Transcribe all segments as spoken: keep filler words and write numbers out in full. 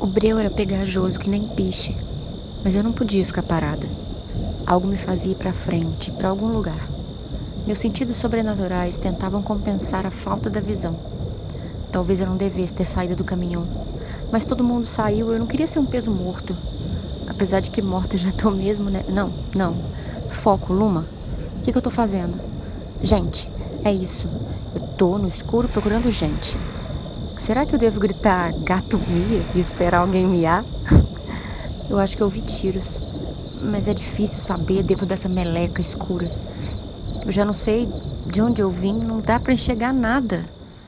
breu era pegajoso que nem piche, mas eu não podia ficar parada. Algo me fazia ir pra frente, pra algum lugar. Meus sentidos sobrenaturais tentavam compensar a falta da visão. Talvez eu não devesse ter saído do caminhão, mas todo mundo saiu, eu não queria ser um peso morto. Apesar de que morta já tô mesmo, né? Não, não. Foco, Luma. O que, que eu tô fazendo? Gente, é isso. Eu tô no escuro procurando gente. Será que eu devo gritar gato mia e esperar alguém miar? Eu acho que eu ouvi tiros, mas é difícil saber dentro dessa meleca escura. Eu já não sei de onde eu vim, não dá pra enxergar nada.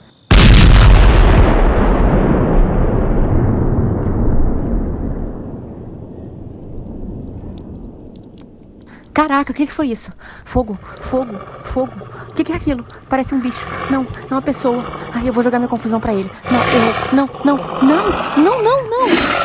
Caraca, o que, que foi isso? Fogo, fogo, fogo. O que, que é aquilo? Parece um bicho. Não, é uma pessoa. Ai, eu vou jogar minha confusão pra ele. Não, eu... Não, não, não, não, não, não.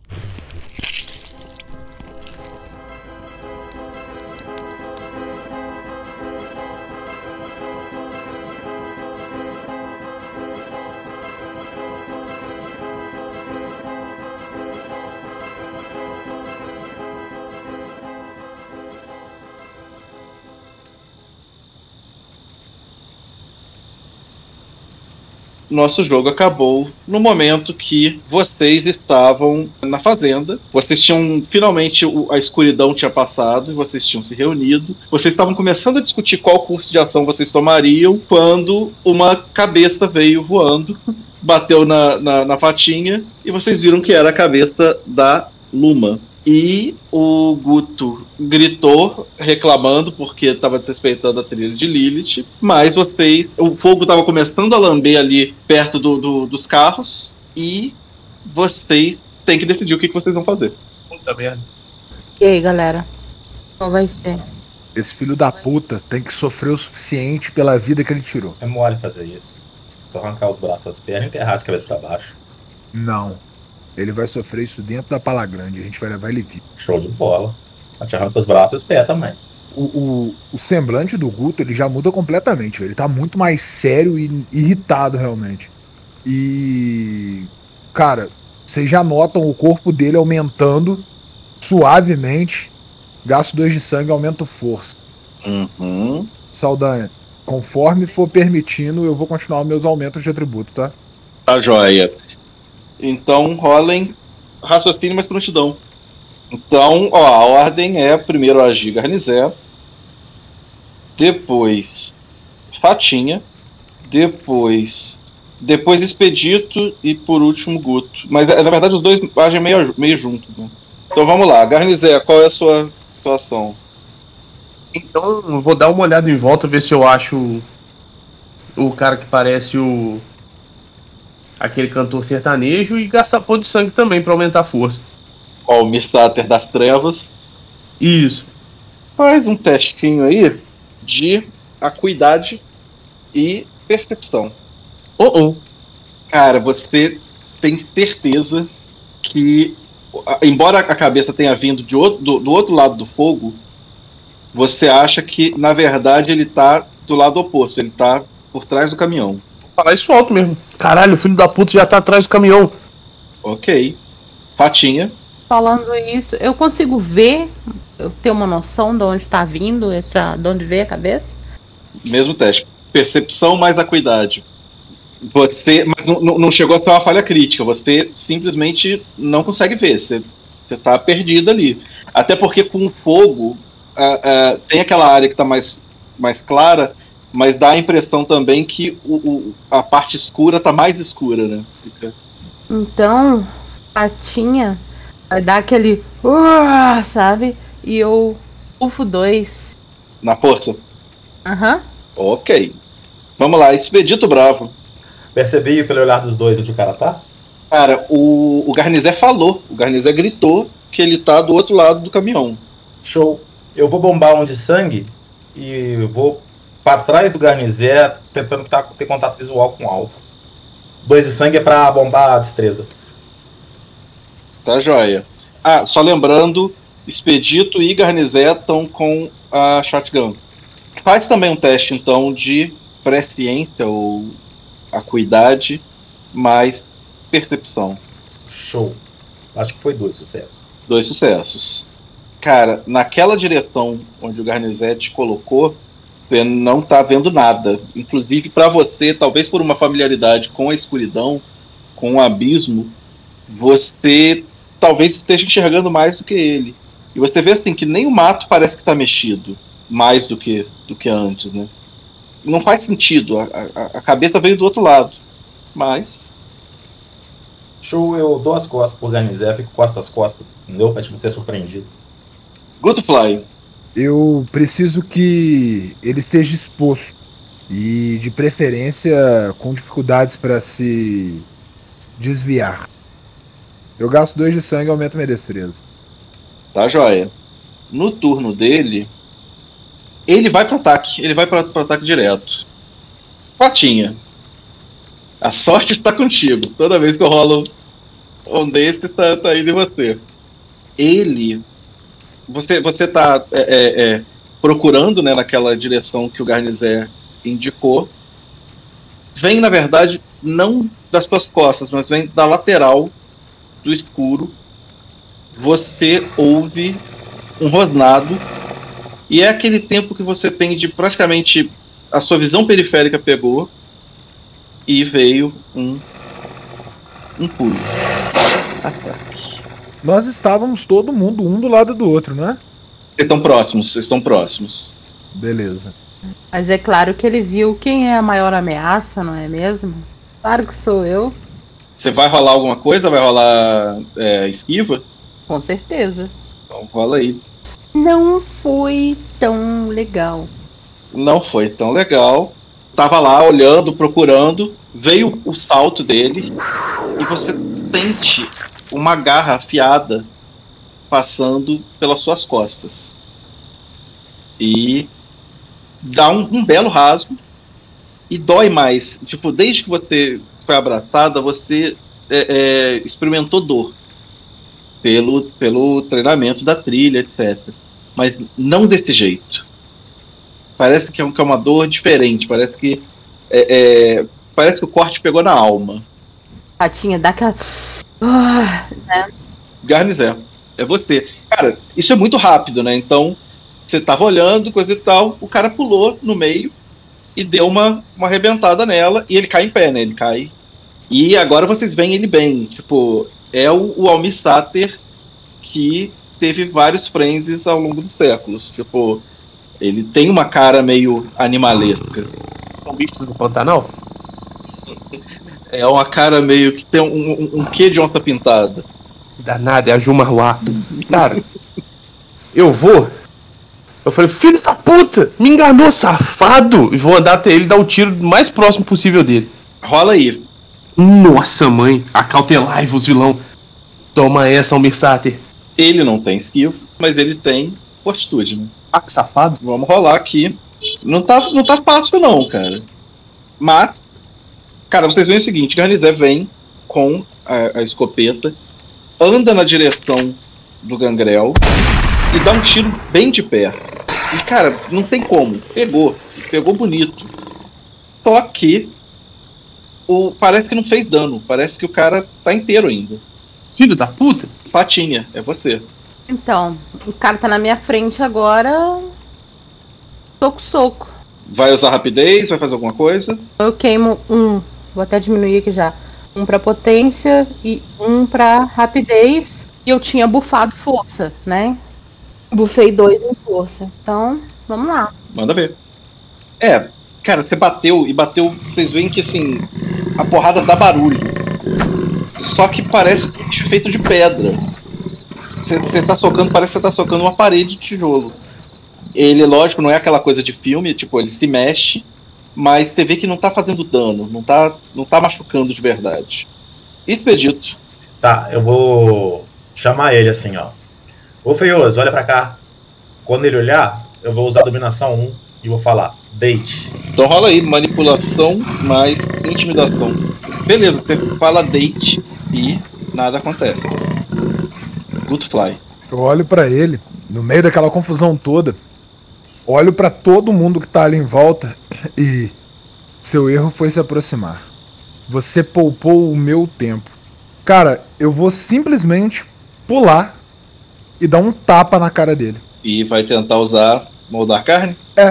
Nosso jogo acabou no momento que vocês estavam na fazenda. Vocês tinham, finalmente, a escuridão tinha passado e vocês tinham se reunido. Vocês estavam começando a discutir qual curso de ação vocês tomariam quando uma cabeça veio voando, bateu na, na, na patinha e vocês viram que era a cabeça da Luma. E o Guto gritou, reclamando, porque estava desrespeitando a trilha de Lilith. Mas vocês... O fogo estava começando a lamber ali perto do, do, dos carros. E vocês têm que decidir o que, que vocês vão fazer. Puta merda. E aí, galera? Qual vai ser? Esse filho da puta tem que sofrer o suficiente pela vida que ele tirou. É mole fazer isso. Só arrancar os braços, as pernas e enterrar de cabeça pra baixo. Não. Ele vai sofrer isso dentro da pala grande. A gente vai levar ele vivo. Show de bola. A gente arranca os braços e os pés também. O, o, o semblante do Guto, ele já muda completamente. Ele tá muito mais sério e irritado, realmente. E... Cara, vocês já notam o corpo dele aumentando suavemente. Gasto dois de sangue, aumenta força. Uhum. Saldanha, conforme for permitindo, eu vou continuar meus aumentos de atributo, tá? Tá joia. Então rolem raciocínio mais prontidão. Então, ó, a ordem é primeiro agir Garnizé, depois Fatinha, depois depois Expedito e por último Guto. Mas na verdade os dois agem meio, meio juntos, né? Então vamos lá, Garnizé, qual é a sua situação? Então eu vou dar uma olhada em volta, ver se eu acho o, o cara que parece o aquele cantor sertanejo e gastar pão de sangue também pra aumentar a força. Ó, o Misater das Trevas. Isso. Faz um testinho aí de acuidade e percepção. Oh, oh. Cara, você tem certeza que, embora a cabeça tenha vindo de outro, do, do outro lado do fogo, você acha que, na verdade, ele tá do lado oposto. Ele tá por trás do caminhão. Vou falar isso alto mesmo. Caralho, o filho da puta já tá atrás do caminhão. Ok. Fatinha. Falando isso, eu consigo ver, eu tenho uma noção de onde está vindo, essa, de onde veio a cabeça? Mesmo teste. Percepção mais acuidade. Você, mas não, não chegou a ser uma falha crítica. Você simplesmente não consegue ver. Você, você tá perdido ali. Até porque com o fogo, uh, uh, tem aquela área que tá mais, mais clara, mas dá a impressão também que o, o, a parte escura tá mais escura, né? Fica... Então, Patinha vai dar aquele... Uh, sabe? E eu ufo dois. Na força? Aham. Uhum. Ok. Vamos lá, Expedito Bravo. Percebi pelo olhar dos dois onde o cara tá? Cara, o, o Garnizé falou. O Garnizé gritou que ele tá do outro lado do caminhão. Show. Eu vou bombar um de sangue e vou pra trás do Garnizé tentando ter contato visual com o alvo. Dois de sangue é pra bombar a destreza. Tá joia. Ah, só lembrando, Expedito e Garnizé estão com a shotgun. Faz também um teste, então, de presciência ou acuidade mais percepção. Show. Acho que foi dois sucessos. Dois sucessos. Cara, naquela direção onde o Garnizete colocou, você não tá vendo nada. Inclusive, para você, talvez por uma familiaridade com a escuridão, com o abismo, você talvez esteja enxergando mais do que ele. E você vê assim que nem o mato parece que tá mexido mais do que, do que antes, né? Não faz sentido. A, a, a cabeça veio do outro lado. Mas... Show, eu dou as costas pro Garnizé, fico costas às costas, entendeu? Pra não ser surpreendido. Goodfly. Eu preciso que ele esteja exposto. E, de preferência, com dificuldades para se desviar. Eu gasto dois de sangue e aumento minha destreza. Tá, joia. No turno dele, ele vai pro ataque. Ele vai pro, pro ataque direto. Patinha. A sorte está contigo. Toda vez que eu rolo um desse, tá, tá indo em você. Ele... Você, você tá é, é, é, procurando, né, naquela direção que o Garnizé indicou. Vem, na verdade, não das suas costas, mas vem da lateral do escuro. Você ouve um rosnado. E é aquele tempo que você tem de praticamente... A sua visão periférica pegou. E veio um... Um pulo. Ataque. Nós estávamos todo mundo um do lado do outro, não é? Vocês estão próximos, vocês estão próximos. Beleza. Mas é claro que ele viu quem é a maior ameaça, não é mesmo? Claro que sou eu. Você vai rolar alguma coisa? Vai rolar é, esquiva? Com certeza. Então rola aí. Não foi tão legal. Não foi tão legal. Tava lá olhando, procurando. Veio o salto dele. E você sente uma garra afiada passando pelas suas costas. E dá um, um belo rasgo. E dói mais. Tipo, desde que você foi abraçada, você é, é, experimentou dor. Pelo, pelo treinamento da trilha, etcétera. Mas não desse jeito. Parece que é, um, que é uma dor diferente. Parece que é, é, parece que o corte pegou na alma. Patinha, dá aquela... Ah, né? Garnizé, é você. Cara, isso é muito rápido, né? Então, você tava olhando, coisa e tal, o cara pulou no meio e deu uma, uma arrebentada nela e ele cai em pé, né? Ele cai. E agora vocês veem ele bem. Tipo, é o, o Almir Sater que teve vários frenzies ao longo dos séculos. Tipo, ele tem uma cara meio animalesca. São bichos do Pantanal? É uma cara meio que tem um, um, um quê de onça pintada. Danada, é a Jumarruá. Cara, eu vou. Eu falei, filho da puta, me enganou, safado. E vou andar até ele e dar o tiro mais próximo possível dele. Rola aí. Nossa, mãe, acautelai-vos, vilão. Toma essa, Almir Sater. Ele não tem esquivo, mas ele tem fortitude, né? Ah, que safado. Vamos rolar aqui. Não tá, não tá fácil não, cara. Mas, cara, vocês veem o seguinte, Garnizé vem com a, a escopeta, anda na direção do Gangrel e dá um tiro bem de perto. E, cara, não tem como. Pegou. Pegou bonito. Só que o, parece que não fez dano. Parece que o cara tá inteiro ainda. Filho da puta. Patinha, é você. Então, o cara tá na minha frente agora. Soco, soco. Vai usar rapidez? Vai fazer alguma coisa? Eu queimo um. Vou até diminuir aqui já. Um pra potência e um pra rapidez. E eu tinha bufado força, né? Bufei dois em força. Então, vamos lá. Manda ver. É, cara, você bateu e bateu. Vocês veem que assim, a porrada dá barulho. Só que parece feito de pedra. Você, você tá socando, parece que você tá socando uma parede de tijolo. Ele, lógico, não é aquela coisa de filme, tipo, ele se mexe, mas você vê que não tá fazendo dano, não tá, não tá machucando de verdade. Expedito. Tá, eu vou chamar ele assim, ó. Ô Feioso, olha pra cá. Quando ele olhar, eu vou usar a dominação um e vou falar, deite. Então rola aí, manipulação mais intimidação. Beleza, você fala deite e nada acontece. Goodfly. Eu olho pra ele, no meio daquela confusão toda, olho pra todo mundo que tá ali em volta e seu erro foi se aproximar. Você poupou o meu tempo. Cara, eu vou simplesmente pular e dar um tapa na cara dele. E vai tentar usar moldar carne? É.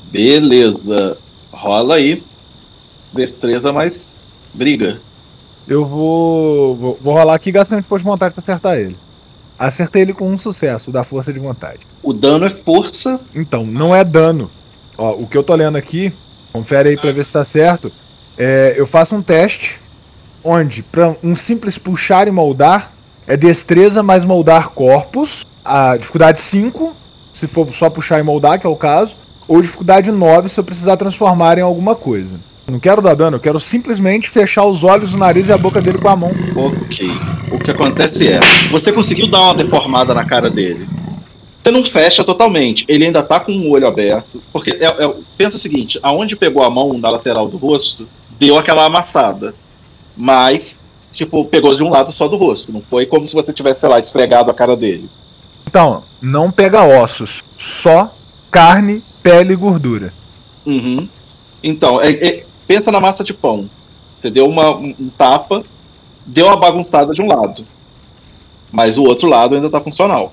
Beleza. Rola aí. Destreza mais briga. Eu vou, vou, vou rolar aqui gastando de força de vontade pra acertar ele. Acertei ele com um sucesso da força de vontade. O dano é força. Então, não é dano. Ó, o que eu tô lendo aqui, confere aí pra ver se tá certo. É, eu faço um teste onde, pra um simples puxar e moldar, é destreza mais moldar corpos. A dificuldade cinco, se for só puxar e moldar, que é o caso. Ou dificuldade nove, se eu precisar transformar em alguma coisa. Não quero dar dano, eu quero simplesmente fechar os olhos, o nariz e a boca dele com a mão. Ok. O que acontece é, você conseguiu dar uma deformada na cara dele. Você não fecha totalmente, ele ainda tá com o olho aberto. Porque, é, é, pensa o seguinte, aonde pegou a mão na lateral do rosto, deu aquela amassada. Mas, tipo, pegou de um lado só do rosto. Não foi como se você tivesse, sei lá, esfregado a cara dele. Então, não pega ossos, só carne, pele e gordura. Uhum. Então, é, é, pensa na massa de pão. Você deu uma, um, um tapa, deu uma bagunçada de um lado. Mas o outro lado ainda tá funcional.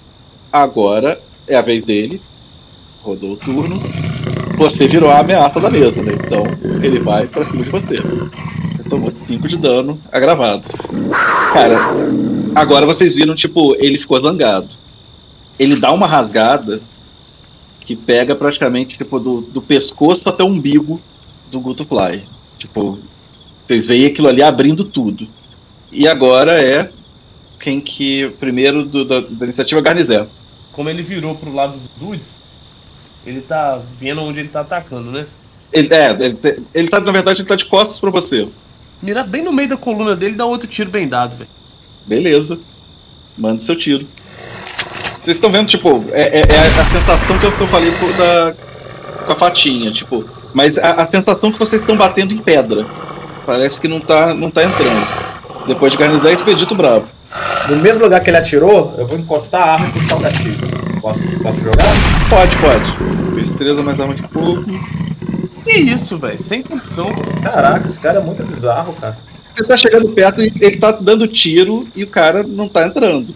Agora é a vez dele. Rodou o turno. Você virou a ameaça da mesa, né? Então ele vai pra cima de você. Você tomou cinco de dano agravado. Cara, agora vocês viram, tipo, ele ficou zangado. Ele dá uma rasgada que pega praticamente, tipo, do, do pescoço até o umbigo do Gutufly. Tipo, vocês veem aquilo ali abrindo tudo. E agora é quem que... Primeiro do, da, da iniciativa Garnizé. Como ele virou pro lado do Dudes, ele tá vendo onde ele tá atacando, né? Ele, é, ele, ele tá, na verdade, ele tá de costas pra você. Mirar bem no meio da coluna dele e dá outro tiro bem dado, velho. Beleza. Manda seu tiro. Vocês estão vendo, tipo, é, é, é a sensação que eu, que eu falei com, da, com a fatinha, tipo, mas a, a sensação que vocês estão batendo em pedra. Parece que não tá, não tá entrando. Depois de Garnizé, Expedito Bravo. No mesmo lugar que ele atirou, eu vou encostar a arma e puxar o gatilho. Posso, posso jogar? Pode, pode. Destreza mais arma de fogo. Que isso, velho? Sem condição. Caraca, esse cara é muito bizarro, cara. Você tá chegando perto e ele tá dando tiro e o cara não tá entrando.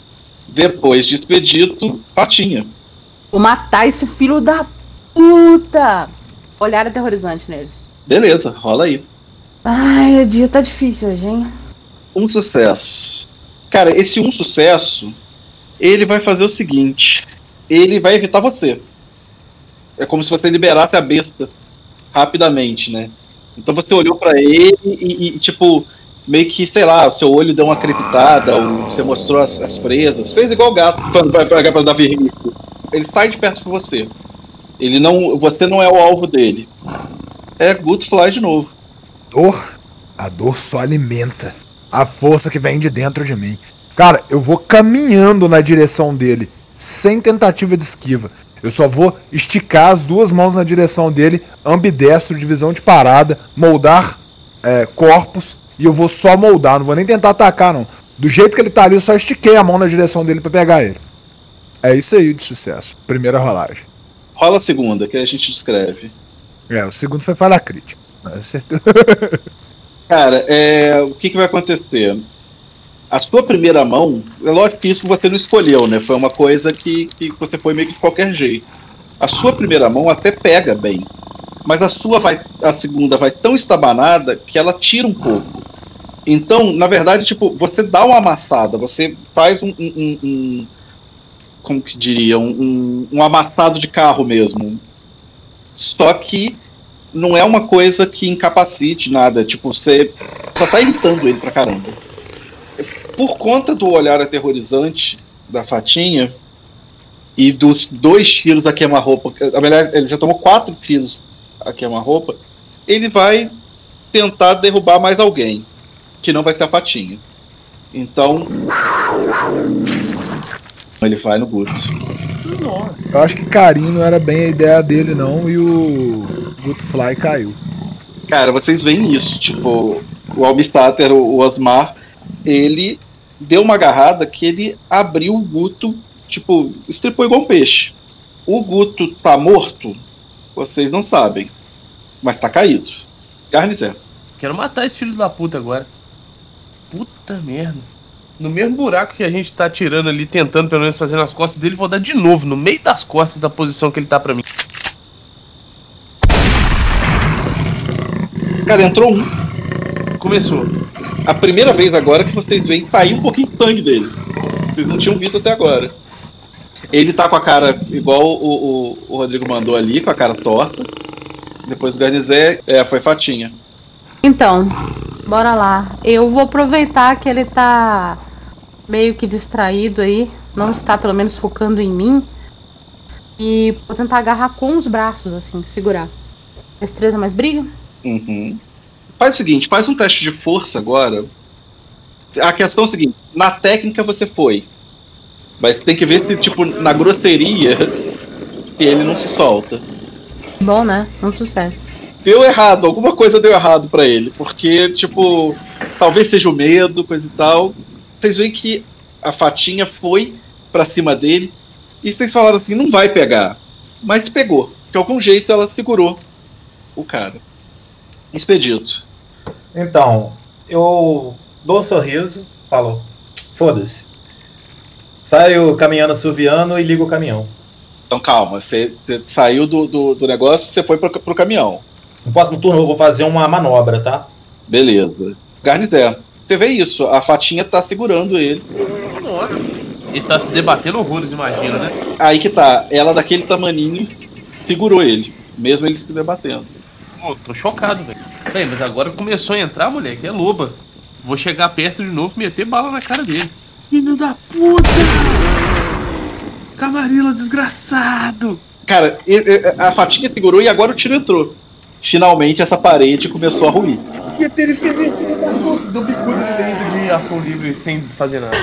Depois de Expedito, Patinha. Vou matar esse filho da puta! Olhar aterrorizante nele. Beleza, rola aí. Ai, o dia tá difícil hoje, hein? Um sucesso. Cara, esse um sucesso, ele vai fazer o seguinte. Ele vai evitar você. É como se você liberasse a besta rapidamente, né? Então você olhou pra ele e, e tipo... meio que, sei lá, o seu olho deu uma crepitada, ou você mostrou as, as presas, fez igual o gato quando vai pegar pra dar vernico. Ele sai de perto de você. Ele não, você não é o alvo dele. É Gutufly de novo. Dor? A dor só alimenta a força que vem de dentro de mim. Cara, eu vou caminhando na direção dele, sem tentativa de esquiva. Eu só vou esticar as duas mãos na direção dele, ambidestro, divisão de parada, moldar é, corpos. E eu vou só moldar, não vou nem tentar atacar, não. Do jeito que ele tá ali, eu só estiquei a mão na direção dele pra pegar ele. É isso aí de sucesso. Primeira rolagem. Rola a segunda, que a gente descreve. É, o segundo foi falha crítica. Acertou. Cara, é, o que, que vai acontecer? A sua primeira mão, é lógico que isso você não escolheu, né? Foi uma coisa que, que você foi meio que de qualquer jeito. A sua primeira mão até pega bem. Mas a sua vai, a segunda vai tão estabanada que ela tira um pouco. Então, na verdade, tipo, você dá uma amassada, você faz um, um, um, um como que diria, um, um amassado de carro mesmo. Só que não é uma coisa que incapacite nada, tipo, você só tá irritando ele pra caramba. Por conta do olhar aterrorizante da Fatinha e dos dois tiros a queima-roupa, na verdade, ele já tomou quatro tiros a queima-roupa, ele vai tentar derrubar mais alguém, que não vai ser a Fatinha. Então, ele vai no Guto. Eu acho que carinho não era bem a ideia dele, não, e o Gutufly caiu. Cara, vocês veem isso, tipo, o Almistater, o Osmar, ele deu uma agarrada que ele abriu o Guto, tipo, estripou igual um peixe. O Guto tá morto? Vocês não sabem, mas tá caído. Garnizé. Quero matar esse filho da puta agora. Puta merda. No mesmo buraco que a gente tá tirando ali, tentando pelo menos fazer nas costas dele, vou dar de novo, no meio das costas da posição que ele tá pra mim. Cara, entrou um. Começou. A primeira vez agora que vocês veem sair um pouquinho de sangue dele. Vocês não tinham visto até agora. Ele tá com a cara igual o, o, o Rodrigo mandou ali, com a cara torta. Depois o Garnizé, é, foi Fatinha. Então, bora lá. Eu vou aproveitar que ele tá meio que distraído aí. Não está pelo menos focando em mim. E vou tentar agarrar com os braços, assim, segurar. Destreza mais briga? Uhum. Faz o seguinte, faz um teste de força agora. A questão é o seguinte, na técnica você foi. Mas tem que ver se, tipo, na grosseria, que ele não se solta. Bom, né? Um sucesso. Deu errado, alguma coisa deu errado pra ele. Porque, tipo, talvez seja o medo, coisa e tal. Vocês veem que a Fatinha foi pra cima dele. E vocês falaram assim, não vai pegar. Mas pegou. De algum jeito ela segurou o cara. Expedito. Então, eu dou um sorriso, falo, foda-se. Saio caminhando, assoviando e ligo o caminhão. Então calma, você, você saiu do, do, do negócio e você foi pro, pro caminhão. No próximo turno eu vou fazer uma manobra, tá? Beleza. Garnizé, você vê isso, a Fatinha tá segurando ele. Nossa. Ele tá se debatendo horrores, imagina, né? Aí que tá, ela daquele tamaninho segurou ele, mesmo ele se debatendo. Pô, tô chocado, velho. Bem, mas agora começou a entrar, moleque, é loba. Vou chegar perto de novo e meter bala na cara dele. Filho da puta! Camarilla desgraçado! Cara, a Fatinha segurou e agora o tiro entrou. Finalmente essa parede começou a ruir. E a periferia, filho da puta! Do bicudo ele de ação livre sem fazer nada.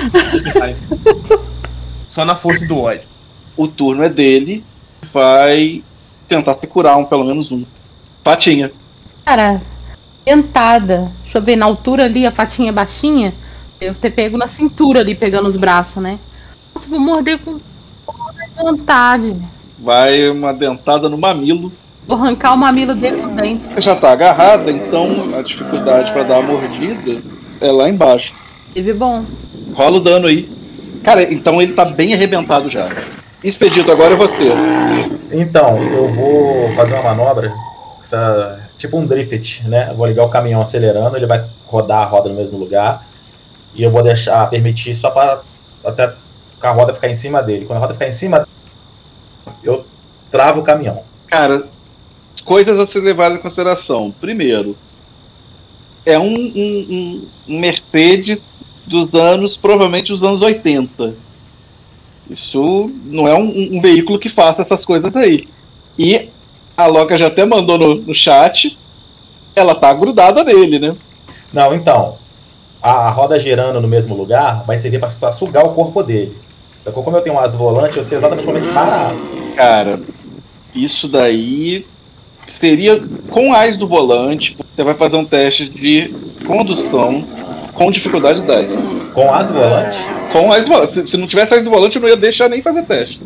Só na força do ódio. O turno é dele, vai tentar se curar um, pelo menos um. Fatinha. Cara, tentada. Deixa eu ver, na altura ali, a Fatinha é baixinha. Eu ter pego na cintura ali, pegando os braços, né? Nossa, vou morder com toda vontade. Vai uma dentada no mamilo. Vou arrancar o mamilo dele com o dente. Você já tá agarrada, então a dificuldade pra dar a mordida é lá embaixo. Teve bom. Rola o dano aí. Cara, então ele tá bem arrebentado já. Expedito, agora é você. Então, eu vou fazer uma manobra, essa, tipo um drift, né? Eu vou ligar o caminhão acelerando, ele vai rodar a roda no mesmo lugar. E eu vou deixar, permitir só para até a roda ficar em cima dele. Quando a roda ficar em cima, eu travo o caminhão. Cara, coisas a ser levadas em consideração. Primeiro, é um, um, um Mercedes dos anos, provavelmente dos anos oitenta. Isso não é um, um veículo que faça essas coisas aí. E a Loca já até mandou no, no chat, ela tá grudada nele, né? Não, então, a, a roda girando no mesmo lugar vai servir para sugar o corpo dele. Só que como eu tenho um asa do volante, eu sei exatamente como ele parar. Cara, isso daí seria com ás do volante. Você vai fazer um teste de condução com dificuldade dez. Com asa do volante? Com ás do volante. Se não tivesse ás do volante, eu não ia deixar nem fazer teste.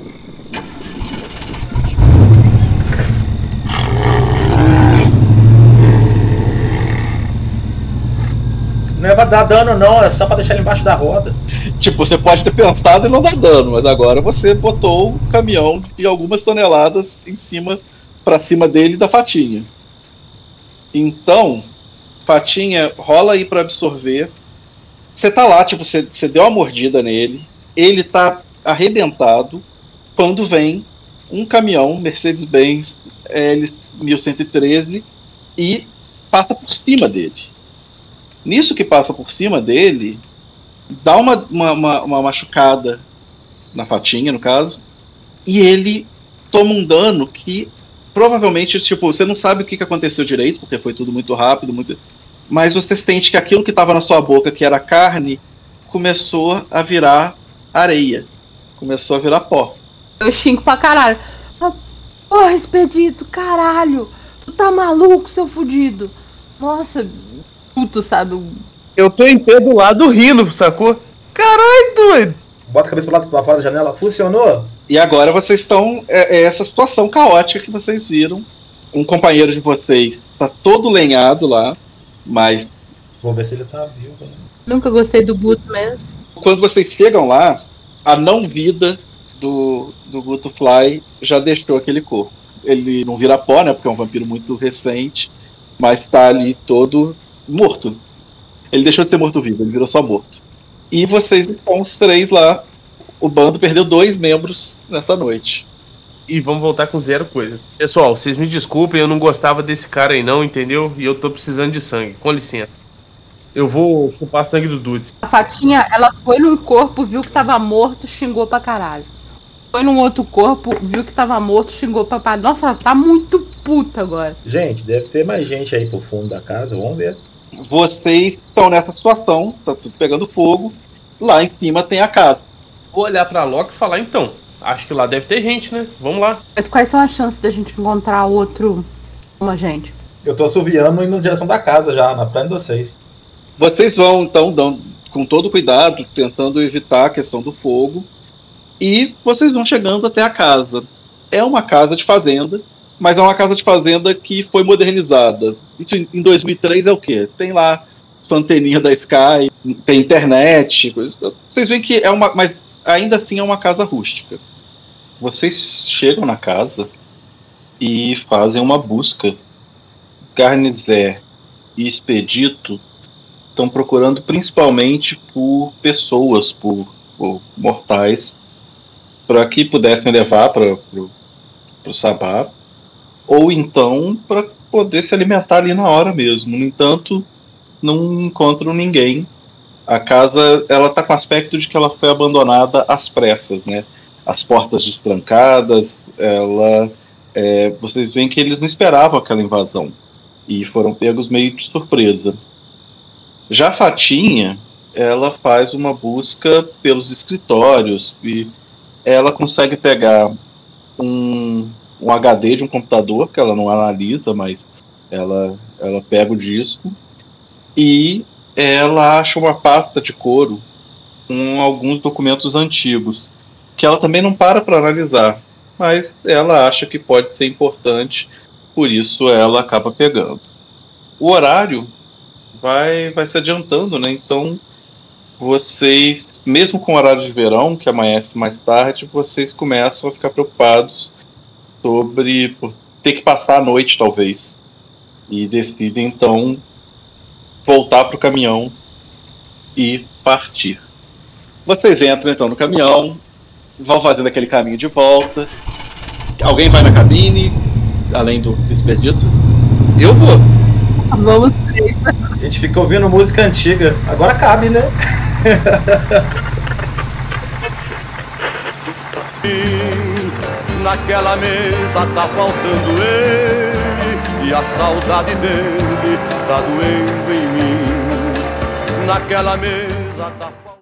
Não é pra dar dano não, é só pra deixar ele embaixo da roda. Tipo, você pode ter pensado e não dar dano, mas agora você botou o caminhão de algumas toneladas em cima, pra cima dele e da Fatinha. Então, Fatinha, rola aí pra absorver. Você tá lá, tipo, você, você deu uma mordida nele, ele tá arrebentado, quando vem um caminhão Mercedes-Benz L mil cento e treze e passa por cima dele. Nisso que passa por cima dele, dá uma, uma, uma, uma machucada na Fatinha, no caso, e ele toma um dano que provavelmente, tipo, você não sabe o que aconteceu direito, porque foi tudo muito rápido, muito... mas você sente que aquilo que estava na sua boca, que era carne, começou a virar areia, começou a virar pó. Eu xingo pra caralho. Porra, Expedito, caralho! Tu tá maluco, seu fudido? Nossa, puto, sabe? Eu tô em pé do lado rindo, sacou? Caralho, doido! Bota a cabeça pro lado, pra fora da janela. Funcionou? E agora vocês estão... É, é essa situação caótica que vocês viram. Um companheiro de vocês tá todo lenhado lá, mas... Vou ver se ele tá vivo. Né? Nunca gostei do Guto mesmo. Quando vocês chegam lá, a não-vida do, do Guto Fly já deixou aquele corpo. Ele não vira pó, né? Porque é um vampiro muito recente, mas tá ali todo morto. Ele deixou de ser morto-vivo, ele virou só morto. E vocês estão os três lá. O bando perdeu dois membros nessa noite. E vamos voltar com zero coisa. Pessoal, vocês me desculpem, eu não gostava desse cara aí não, entendeu? E eu tô precisando de sangue, com licença. Eu vou chupar sangue do Dudes. A Fatinha, ela foi num corpo, viu que tava morto, xingou pra caralho. Foi num outro corpo, viu que tava morto, xingou pra caralho. Nossa, ela tá muito puta agora. Gente, deve ter mais gente aí pro fundo da casa, vamos ver. Vocês estão nessa situação, tá tudo pegando fogo. Lá em cima tem a casa. Vou olhar pra Loki e falar, então, acho que lá deve ter gente, né? Vamos lá. Mas quais são as chances da gente encontrar outro como a gente? Eu tô assoviando indo na direção da casa já, na frente de vocês. Vocês vão, então, dando, com todo cuidado, tentando evitar a questão do fogo. E vocês vão chegando até a casa. É uma casa de fazenda, mas é uma casa de fazenda que foi modernizada. Isso em dois mil e três é o quê? Tem lá sua anteninha da Sky, tem internet, coisa. Vocês veem que é uma... Mas ainda assim é uma casa rústica. Vocês chegam na casa e fazem uma busca. Garnizé e Expedito estão procurando principalmente por pessoas, por, por mortais, para que pudessem levar para o Sabá, ou então para poder se alimentar ali na hora mesmo. No entanto, não encontram ninguém. A casa, ela está com aspecto de que ela foi abandonada às pressas, né? As portas destrancadas, ela, é, vocês veem que eles não esperavam aquela invasão e foram pegos meio de surpresa. Já a Fatinha, ela faz uma busca pelos escritórios e ela consegue pegar um, um H D de um computador, que ela não analisa, mas ela, ela pega o disco, e ela acha uma pasta de couro com alguns documentos antigos, que ela também não para para analisar, mas ela acha que pode ser importante, por isso ela acaba pegando. O horário vai, vai se adiantando, né? Então vocês, mesmo com o horário de verão, que amanhece mais tarde, vocês começam a ficar preocupados sobre por ter que passar a noite, talvez. E decidem, então, voltar para o caminhão e partir. Vocês entram, então, no caminhão, vão fazendo aquele caminho de volta. Alguém vai na cabine, além do Expedito? Eu vou. Vamos três. A gente fica ouvindo música antiga. Agora cabe, né? Naquela mesa tá faltando ele, e a saudade dele tá doendo em mim. Naquela mesa tá faltando